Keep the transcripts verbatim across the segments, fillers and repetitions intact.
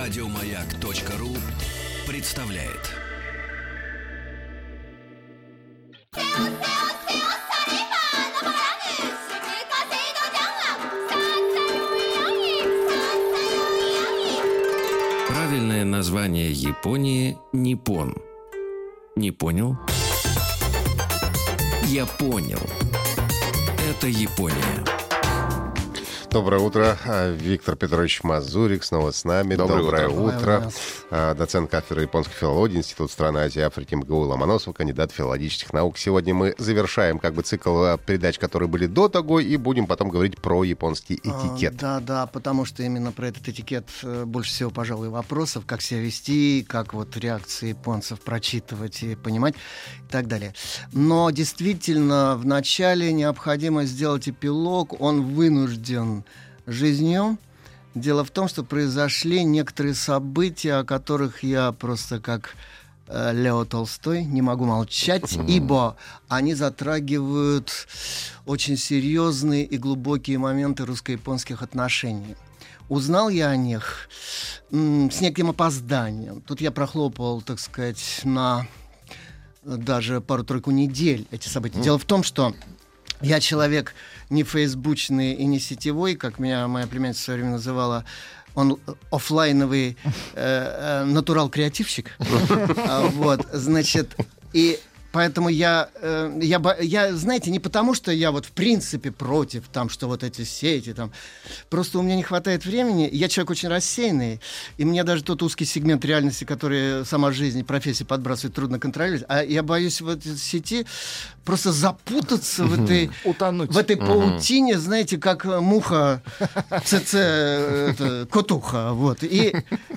Радиомаяк.ру представляет. Правильное название Японии – Ниппон. Не понял? Я понял. Это Япония. Доброе утро. Виктор Петрович Мазурик снова с нами. Доброе, Доброе утро. утро. утро. Доцент кафедры японской филологии, Институт стран Азии и Африки МГУ Ломоносов, кандидат филологических наук. Сегодня мы завершаем как бы цикл передач, которые были до того, и будем потом говорить про японский этикет. А, да, да, потому что именно про этот этикет больше всего, пожалуй, вопросов, как себя вести, как вот реакции японцев прочитывать и понимать и так далее. Но действительно, вначале необходимо сделать эпилог, он вынужден жизнью. Дело в том, что произошли некоторые события, о которых я просто как э, Лео Толстой не могу молчать, mm-hmm. ибо они затрагивают очень серьезные и глубокие моменты русско-японских отношений. Узнал я о них м- с неким опозданием. Тут я прохлопал, так сказать, на даже пару-тройку недель эти события. Mm-hmm. Дело в том, что я человек не фейсбучный и не сетевой, как меня моя племянница в свое время называла, он офлайновый э, э, натурал-креативщик. Вот, значит, и поэтому я, э, я, я, знаете, не потому, что я вот в принципе против, там, что вот эти сети, там, просто у меня не хватает времени, я человек очень рассеянный, и мне даже тот узкий сегмент реальности, который сама жизнь, профессия подбрасывает, трудно контролировать, а я боюсь в этой сети просто запутаться в этой, утонуть в этой паутине, знаете, как муха, ЦЦ, котуха, вот, и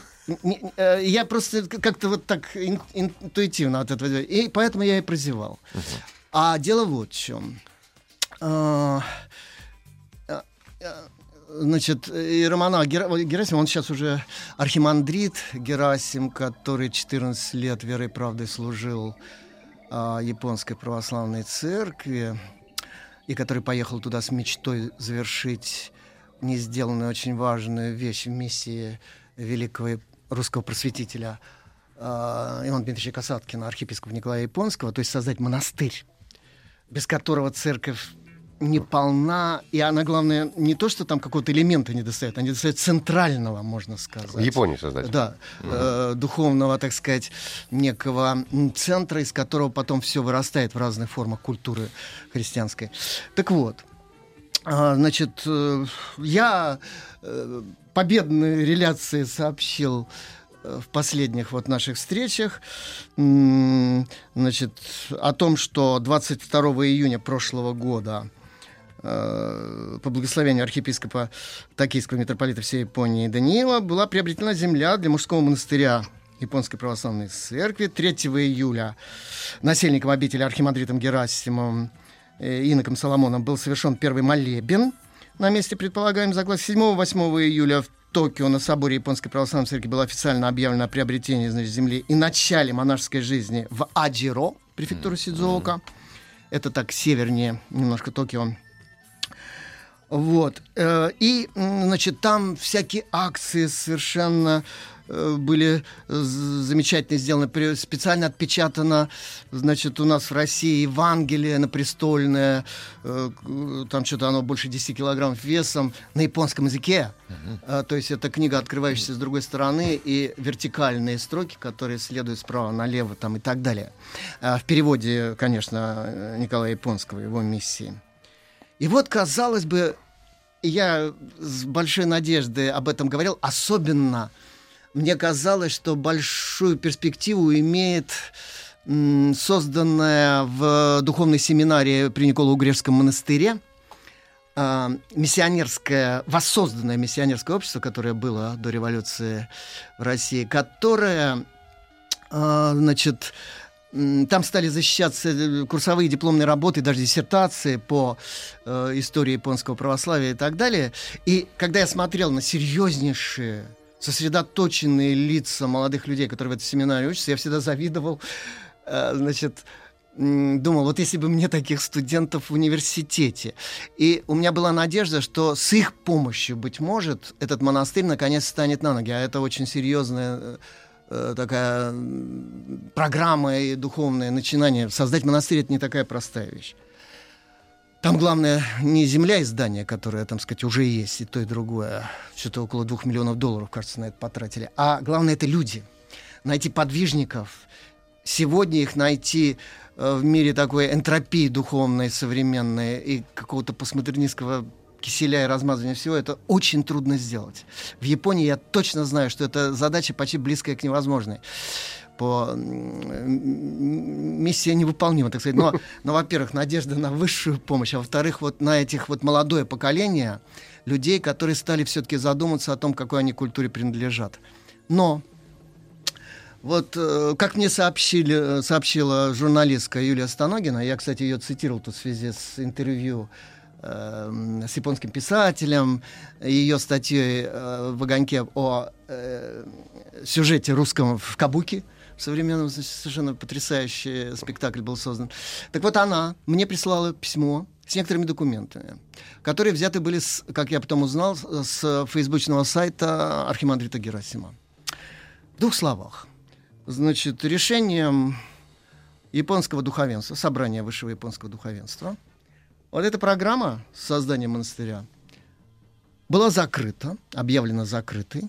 я просто как-то вот так ин- интуитивно от этого делаю. И поэтому я и прозевал. Uh-huh. А дело вот в чем. А, а, а, значит, иеромонах Гера- Герасим, он сейчас уже архимандрит Герасим, который четырнадцать лет верой и правдой служил а, японской православной церкви, и который поехал туда с мечтой завершить не сделанную очень важную вещь в миссии великого русского просветителя э, Ивана Дмитриевича Касаткина, архиепископа Николая Японского, то есть создать монастырь, без которого церковь не полна, и она, главное, не то, что там какого-то элемента не достает, а не достает центрального, можно сказать. В Японии создать. Да, mm-hmm. э, духовного, так сказать, некого центра, из которого потом все вырастает в разных формах культуры христианской. Так вот, э, значит, э, я... Э, победные реляции сообщил в последних вот наших встречах, значит, о том, что двадцать второго июня прошлого года э, по благословению архиепископа Токийского митрополита всей Японии Даниила была приобретена земля для мужского монастыря Японской православной церкви. третьего июля насельником обители архимандритом Герасимом э, иноком Соломоном был совершен первый молебен на месте предполагаемого загласа. седьмого-восьмого июля в Токио на соборе Японской православной церкви было официально объявлено о приобретении, значит, земли и начале монашеской жизни в Аджиро, префектура Сидзуока. Mm-hmm. Это так севернее немножко Токио. Вот. И, значит, там всякие акции совершенно были замечательно сделаны. Специально отпечатано, значит, у нас в России Евангелие напрестольное, там что-то оно больше десять килограммов весом, на японском языке. Uh-huh. То есть это книга, открывающаяся с другой стороны, и вертикальные строки, которые следуют справа налево там, и так далее. В переводе, конечно, Николая Японского, его миссии. И вот, казалось бы, я с большой надеждой об этом говорил, особенно мне казалось, что большую перспективу имеет м, созданная в духовной семинарии при Николо-Угрешском монастыре э, миссионерское, воссозданное миссионерское общество, которое было до революции в России, которое, э, значит, там стали защищаться курсовые дипломные работы, даже диссертации по э, истории японского православия и так далее. И когда я смотрел на серьезнейшие, сосредоточенные лица молодых людей, которые в этой семинарии учатся, я всегда завидовал, э, значит, думал, вот если бы мне таких студентов в университете. И у меня была надежда, что с их помощью, быть может, этот монастырь наконец станет на ноги. А это очень серьезная э, такая программа и духовное начинание. Создать монастырь — это не такая простая вещь. Там главное не земля и здание, которое, там сказать, уже есть, и то, и другое. Что-то около двух миллионов долларов, кажется, на это потратили. А главное — это люди. Найти подвижников. Сегодня их найти э, в мире такой энтропии духовной, современной, и какого-то постмодернистского киселя и размазывания всего, это очень трудно сделать. В Японии я точно знаю, что эта задача почти близкая к невозможной. По миссия невыполнима, так сказать. Но, но, во-первых, надежда на высшую помощь, а во-вторых, вот на этих вот молодое поколение людей, которые стали все-таки задуматься о том, какой они культуре принадлежат. Но вот, как мне сообщили, сообщила журналистка Юлия Станогина, я, кстати, ее цитировал тут в связи с интервью э, с японским писателем, ее статьей э, в «Огоньке» о э, сюжете русском в кабуки, в современном, совершенно потрясающий спектакль был создан. Так вот, она мне прислала письмо с некоторыми документами, которые взяты были, с, как я потом узнал, с фейсбучного сайта архимандрита Герасима. В двух словах. Значит, решением японского духовенства, собрания высшего японского духовенства, вот эта программа создания монастыря была закрыта, объявлена закрытой.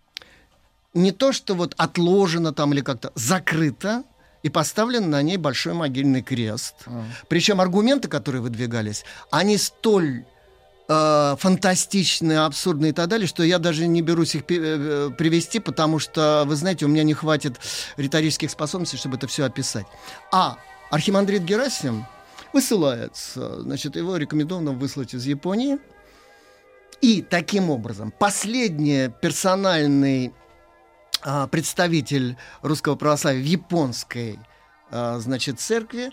Не то, что вот отложено там или как-то, закрыто, и поставлен на ней большой могильный крест. Mm. Причем аргументы, которые выдвигались, они столь э, фантастичные, абсурдные и так далее, что я даже не берусь их пи- привести, потому что, вы знаете, у меня не хватит риторических способностей, чтобы это все описать. А архимандрит Герасим высылается, значит, его рекомендовано выслать из Японии. И таким образом последний персональный представитель русского православия в японской, значит, церкви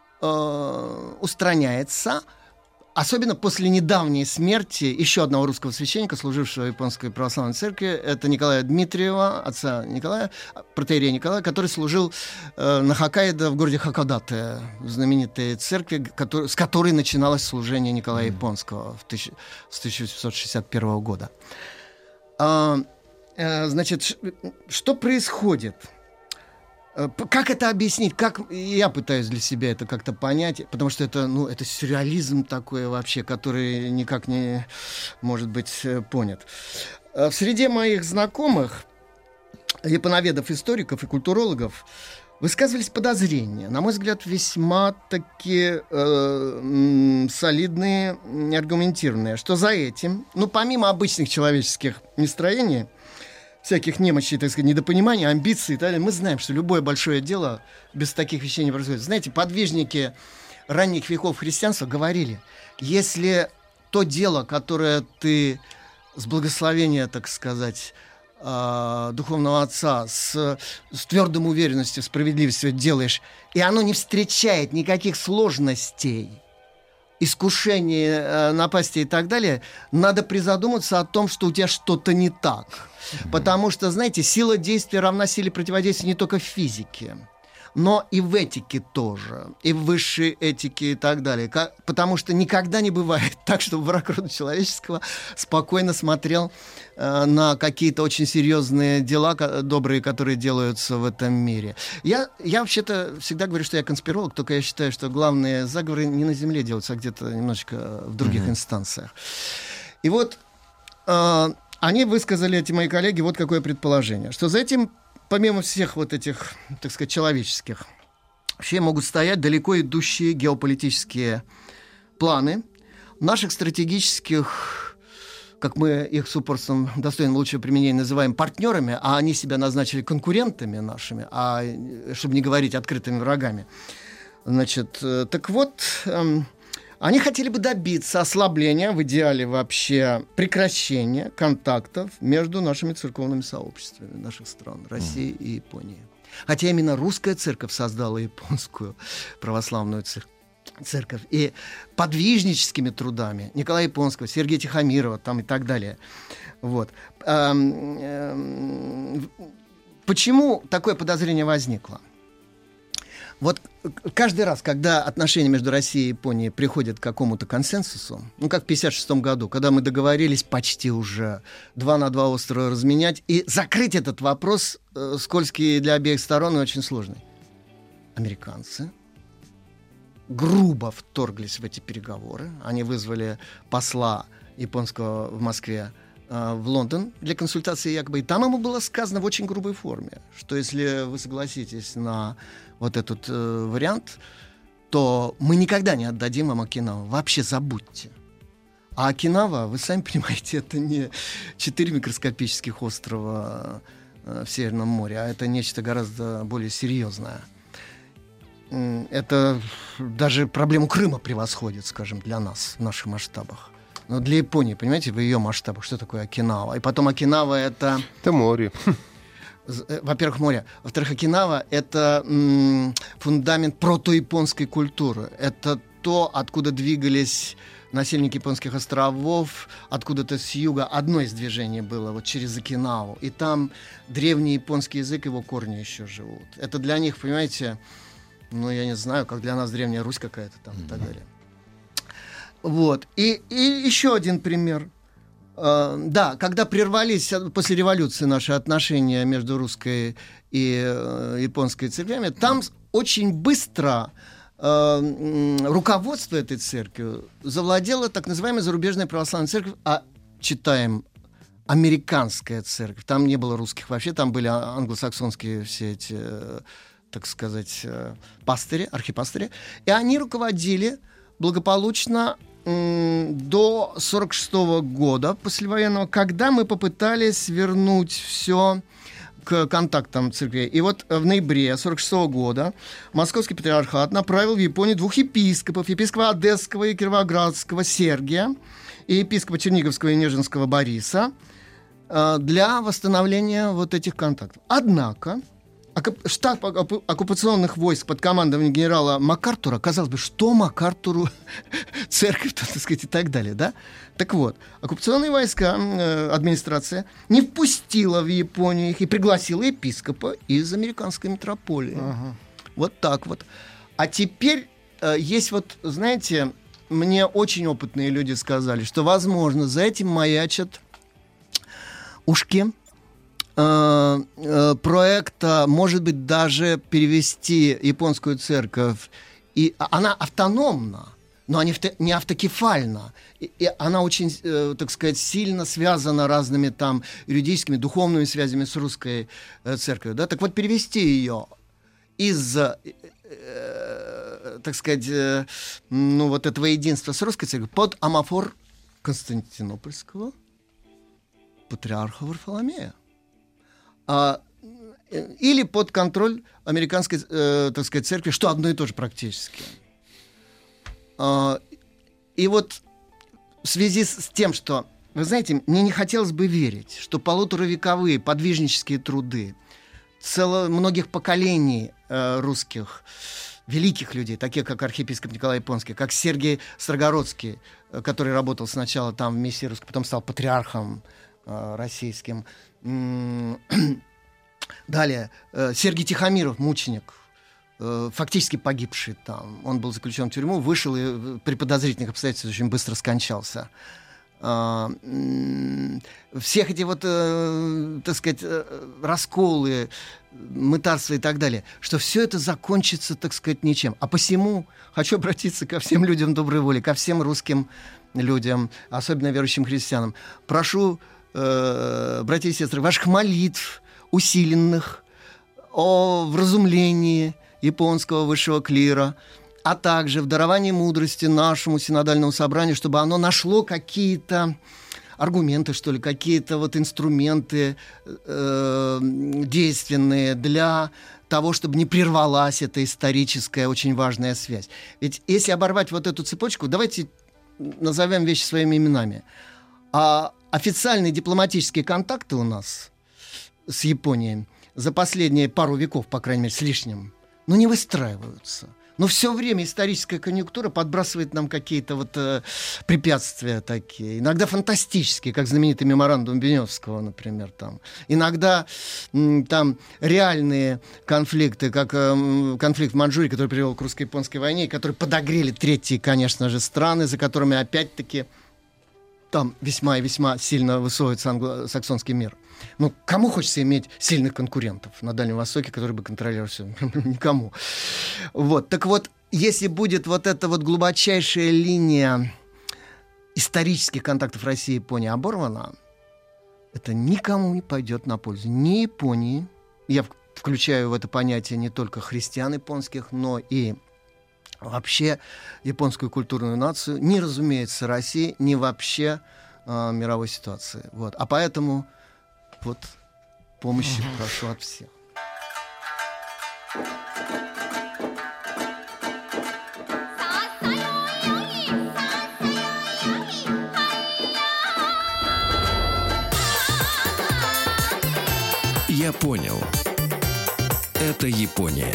устраняется, особенно после недавней смерти еще одного русского священника, служившего в японской православной церкви, это Николая Дмитриева, отца Николая, протоиерея Николая, который служил на Хоккайдо в городе Хакодате, в знаменитой церкви, который, с которой начиналось служение Николая Японского в тысяча, с тысяча восемьсот шестьдесят первого года. Значит, что происходит? Как это объяснить? Как я пытаюсь для себя это как-то понять, потому что это, ну, это сюрреализм такой вообще, который никак не может быть понят. В среде моих знакомых, японоведов, историков и культурологов, высказывались подозрения, на мой взгляд, весьма такие э, солидные, аргументированные, что за этим, ну, помимо обычных человеческих настроений, всяких немощей, так сказать, недопонимания, амбиций и так далее, мы знаем, что любое большое дело без таких вещей не происходит. Знаете, подвижники ранних веков христианства говорили, если то дело, которое ты с благословения, так сказать, э, духовного отца, с, с твердым уверенностью в справедливости делаешь, и оно не встречает никаких сложностей, искушений, э, напасти и так далее, надо призадуматься о том, что у тебя что-то не так. Mm-hmm. Потому что, знаете, сила действия равна силе противодействия не только в физике, но и в этике тоже, и в высшей этике и так далее. Как, потому что никогда не бывает так, чтобы враг рода человеческого спокойно смотрел э, на какие-то очень серьезные дела, ко- добрые, которые делаются в этом мире. Я, я вообще-то всегда говорю, что я конспиролог, только я считаю, что главные заговоры не на земле делаются, а где-то немножечко в других mm-hmm. инстанциях. И вот э, они высказали, эти мои коллеги, вот какое предположение, что за этим, помимо всех вот этих, так сказать, человеческих, вообще могут стоять далеко идущие геополитические планы наших стратегических, как мы их с упорством достойным лучшего применения называем, партнерами, а они себя назначили конкурентами нашими, а, чтобы не говорить открытыми врагами. Значит, так вот, эм, они хотели бы добиться ослабления, в идеале вообще прекращения контактов между нашими церковными сообществами наших стран, России mm. и Японии. Хотя именно русская церковь создала японскую православную церковь. церковь. И подвижническими трудами Николая Японского, Сергея Тихомирова там, и так далее. Вот. Эм, эм, почему такое подозрение возникло? Вот каждый раз, когда отношения между Россией и Японией приходят к какому-то консенсусу, ну, как в пятьдесят шестом году, когда мы договорились почти уже два на два острова разменять и закрыть этот вопрос, э, скользкий для обеих сторон и очень сложный. Американцы грубо вторглись в эти переговоры. Они вызвали посла японского в Москве э, в Лондон для консультации якобы. И там ему было сказано в очень грубой форме, что если вы согласитесь на вот этот э, вариант, то мы никогда не отдадим вам Окинаву. Вообще забудьте. А Окинава, вы сами понимаете, это не четыре микроскопических острова э, в Северном море, а это нечто гораздо более серьезное. Это даже проблему Крыма превосходит, скажем, для нас в наших масштабах. Но для Японии, понимаете, в ее масштабах, что такое Окинава? И потом Окинава — это... Это море. Во-первых, море. Во-вторых, Окинава — это м- фундамент протояпонской культуры. Это то, откуда двигались насельники японских островов, откуда-то с юга. Одно из движений было вот через Окинаву. И там древний японский язык, его корни еще живут. Это для них, понимаете, ну, я не знаю, как для нас Древняя Русь какая-то там mm-hmm. и так далее. Вот. И, и еще один пример. Uh, да, когда прервались после революции наши отношения между русской и uh, японской церквями, там очень быстро uh, руководство этой церкви завладело так называемой зарубежной православной церковью, а читаем американская церковь. Там не было русских вообще, там были англосаксонские все эти, uh, так сказать, uh, пастыри, архипастыри, и они руководили благополучно до сорок шестого года послевоенного, когда мы попытались вернуть все к контактам церкви. И вот в ноябре сорок шестого года Московский патриархат направил в Японию двух епископов, епископа Одесского и Кировоградского Сергия и епископа Черниговского и Нежинского Бориса для восстановления вот этих контактов. Однако штаб оккупационных войск под командованием генерала МакАртура, казалось бы, что МакАртуру церковь, так сказать, и так далее, да? Так вот, оккупационные войска, э, администрация не впустила в Японию их и пригласила епископа из американской метрополии. Ага. Вот так вот. А теперь э, есть вот, знаете, мне очень опытные люди сказали, что, возможно, за этим маячат ушки проекта, может быть, даже перевести японскую церковь. И она автономна, но не автокефальна. И, и она очень, э, так сказать, сильно связана разными там юридическими, духовными связями с русской э, церковью. Да? Так вот, перевести ее из, э, э, так сказать, э, ну, вот этого единства с русской церковью под амафор Константинопольского патриарха Варфоломея. А, или под контроль американской, э, так сказать, церкви, что одно и то же практически. А, и вот в связи с тем, что, вы знаете, мне не хотелось бы верить, что полуторавековые подвижнические труды цело, многих поколений э, русских, великих людей, таких как архиепископ Николай Японский, как Сергий Строгородский, э, который работал сначала там в миссии русской, потом стал патриархом э, российским. Далее, Сергий Тихомиров, мученик, фактически погибший там. Он был заключен в тюрьму, вышел и при подозрительных обстоятельствах очень быстро скончался. Всех эти вот, так сказать, расколы, мытарства и так далее, что все это закончится, так сказать, ничем. А посему хочу обратиться ко всем людям доброй воли, ко всем русским людям, особенно верующим христианам. Прошу, братья и сестры, ваших молитв усиленных о вразумлении японского высшего клира, а также в даровании мудрости нашему синодальному собранию, чтобы оно нашло какие-то аргументы, что ли, какие-то вот инструменты э, действенные для того, чтобы не прервалась эта историческая очень важная связь. Ведь если оборвать вот эту цепочку, давайте назовем вещи своими именами. А официальные дипломатические контакты у нас с Японией за последние пару веков, по крайней мере, с лишним, ну, не выстраиваются. Но все время историческая конъюнктура подбрасывает нам какие-то вот э, препятствия такие. Иногда фантастические, как знаменитый меморандум Беневского, например. Там. Иногда м, там реальные конфликты, как э, конфликт в Маньчжурии, который привел к русско-японской войне, которые подогрели третьи, конечно же, страны, за которыми опять-таки там весьма и весьма сильно высовывается англосаксонский мир. Ну, кому хочется иметь сильных конкурентов на Дальнем Востоке, которые бы контролировали все? Никому. Вот. Так вот, если будет вот эта вот глубочайшая линия исторических контактов России и Японии оборвана, это никому не пойдет на пользу. Ни Японии, я включаю в это понятие не только христиан японских, но и вообще японскую культурную нацию, ни, разумеется, России, ни вообще э, мировой ситуации. Вот. А поэтому вот помощи прошу от всех. Я понял. Это Япония.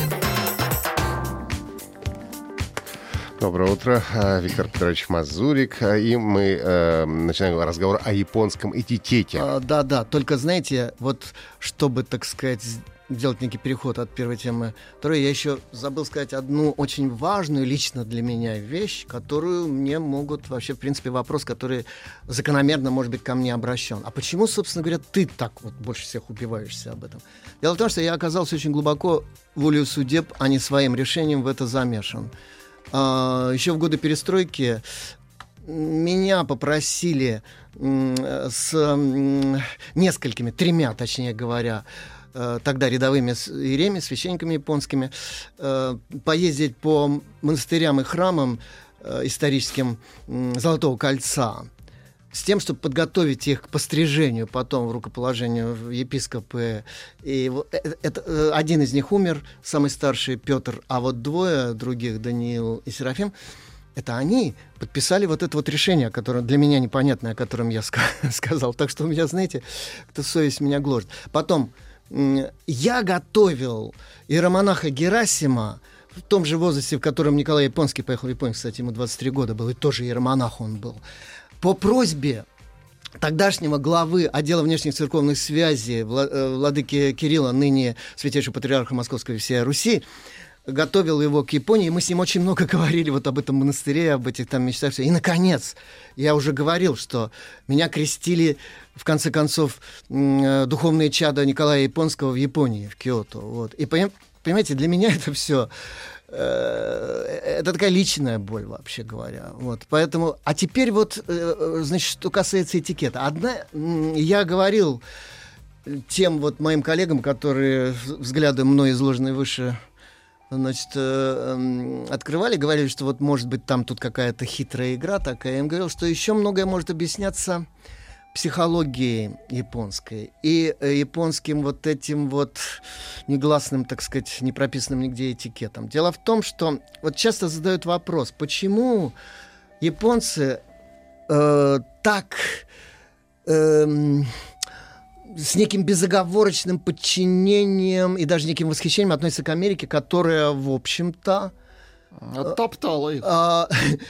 Доброе утро, Виктор Петрович Мазурик, и мы э, начинаем разговор о японском этикете. А, да, да, только знаете, вот чтобы, так сказать, сделать некий переход от первой темы к второй, я еще забыл сказать одну очень важную лично для меня вещь, которую мне могут вообще, в принципе, вопрос, который закономерно, может быть, ко мне обращен. А почему, собственно говоря, ты так вот больше всех убиваешься об этом? Дело в том, что я оказался очень глубоко волею судеб, а не своим решением в это замешан. Еще в годы перестройки меня попросили с несколькими, тремя, точнее говоря, тогда рядовыми иереми, священниками японскими, поездить по монастырям и храмам историческим Золотого Кольца, с тем, чтобы подготовить их к пострижению потом в рукоположению в епископы. И это, это, один из них умер, самый старший Петр, а вот двое других, Даниил и Серафим, это они подписали вот это вот решение, которое для меня непонятное, о котором я ска- сказал. Так что у меня, знаете, как-то совесть меня гложет. Потом я готовил иеромонаха Герасима в том же возрасте, в котором Николай Японский поехал в Японию, кстати, ему двадцать три года было, и тоже иеромонах он был. По просьбе тогдашнего главы отдела внешних церковных связей владыки Кирилла, ныне святейшего патриарха Московской и всей Руси, готовил его к Японии, и мы с ним очень много говорили вот об этом монастыре, об этих там мечтах. И, наконец, я уже говорил, что меня крестили, в конце концов, духовные чада Николая Японского в Японии, в Киото. Вот. И, понимаете, для меня это все... Это такая личная боль, вообще говоря. Вот. Поэтому, а теперь вот, значит, что касается этикета. Одна, я говорил тем вот моим коллегам, которые взгляды мной изложенные выше, значит, открывали, говорили, что вот может быть там тут какая-то хитрая игра такая. Я им говорил, что еще многое может объясняться психологией японской и э, японским вот этим вот негласным, так сказать, не прописанным нигде этикетом. Дело в том, что вот часто задают вопрос, почему японцы э, так э, с неким безоговорочным подчинением и даже неким восхищением относятся к Америке, которая, в общем-то, топтала их. А,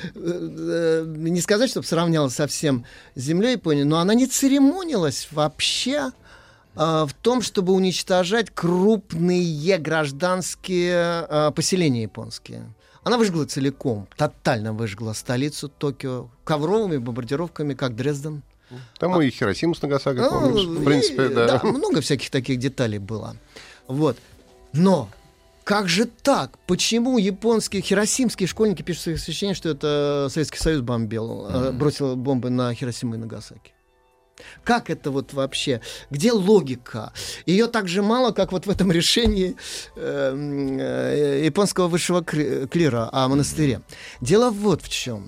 не сказать, чтобы сравнялась совсем с землей Японии, но она не церемонилась вообще а, в том, чтобы уничтожать крупные гражданские а, поселения японские. Она выжгла целиком, тотально выжгла столицу Токио ковровыми бомбардировками, как Дрезден. Там а, и Хиросиму с Нагасаки, помнишь? Ну, в принципе, и, да. да. Много всяких таких деталей было. Вот. Но как же так? Почему японские хиросимские школьники пишут в своих сочинениях, что это Советский Союз бомбил, mm-hmm. бросил бомбы на Хиросиму и Нагасаки? Как это вот вообще? Где логика? Ее так же мало, как вот в этом решении э, э, японского высшего клира о монастыре. Дело вот в чем.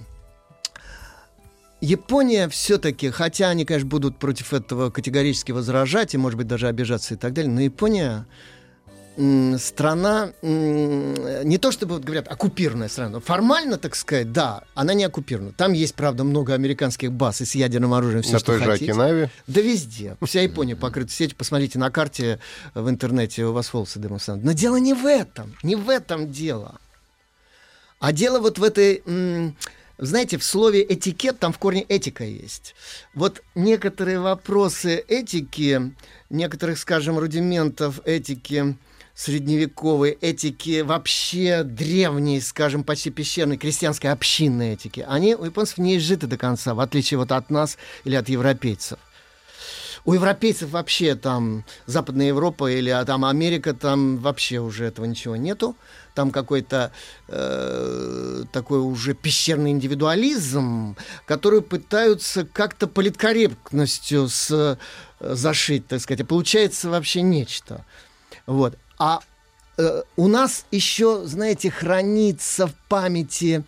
Япония все-таки, хотя они, конечно, будут против этого категорически возражать и, может быть, даже обижаться и так далее, но Япония страна, не то чтобы, вот, говорят, оккупированная страна, но формально, так сказать, да, она не оккупирована. Там есть, правда, много американских баз и с ядерным оружием, все, на что той же хотите. Окинаве? Да везде. Вся Япония покрыта сетью. Посмотрите на карте в интернете, у вас волосы дымом станут. Но дело не в этом. Не в этом дело. А дело вот в этой... М- знаете, в слове «этикет» там в корне этика есть. Вот некоторые вопросы этики, некоторых, скажем, рудиментов этики, средневековой этики, вообще древней, скажем, почти пещерной, крестьянской общинной этики, они у японцев не изжиты до конца, в отличие вот от нас или от европейцев. У европейцев вообще там Западная Европа или а, там Америка, там вообще уже этого ничего нету. Там какой-то э, такой уже пещерный индивидуализм, который пытаются как-то политкорректностью с, зашить, так сказать. А получается вообще нечто. Вот. А э, у нас еще, знаете, хранится в памяти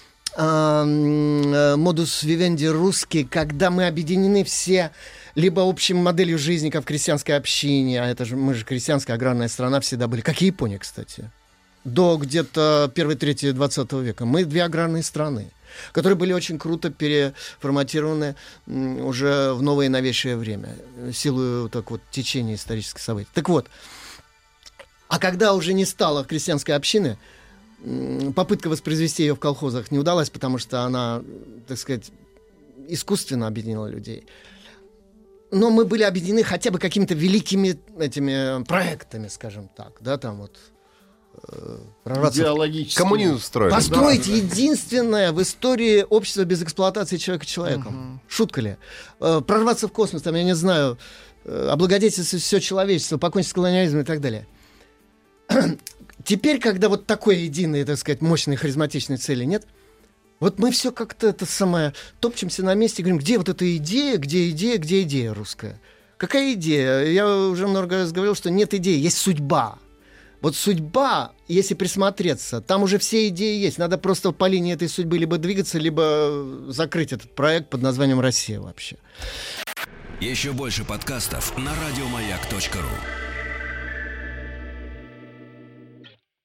э, модус вивенди русский, когда мы объединены все либо общей моделью жизни, как в крестьянской общине, а это же мы же крестьянская аграрная страна всегда были, как и Япония, кстати, до где-то первой трети двадцатого века. Мы две аграрные страны, которые были очень круто переформатированы м, уже в новое и новейшее время, силой так вот течения исторических событий. Так вот, а когда уже не стало крестьянской общины, м, попытка воспроизвести ее в колхозах не удалась, потому что она, так сказать, искусственно объединила людей. Но мы были объединены хотя бы какими-то великими этими проектами, скажем так, да, там вот э, прорваться. Идеологически. Коммунизм строили. Построить Да, да. единственное в истории общество без эксплуатации человека человеком. Угу. Шутка ли? Э, прорваться в космос, там, я не знаю, э, облагодетельствовать все человечество, покончить с колониализмом и так далее. Теперь, когда вот такой единой, так сказать, мощной харизматичной цели нет, вот мы все как-то это самое топчемся на месте и говорим, где вот эта идея, где идея, где идея русская? Какая идея? Я уже много раз говорил, что нет идеи, есть судьба. Вот судьба, если присмотреться, там уже все идеи есть. Надо просто по линии этой судьбы либо двигаться, либо закрыть этот проект под названием «Россия» вообще. Еще больше подкастов на радиомаяк точка ру.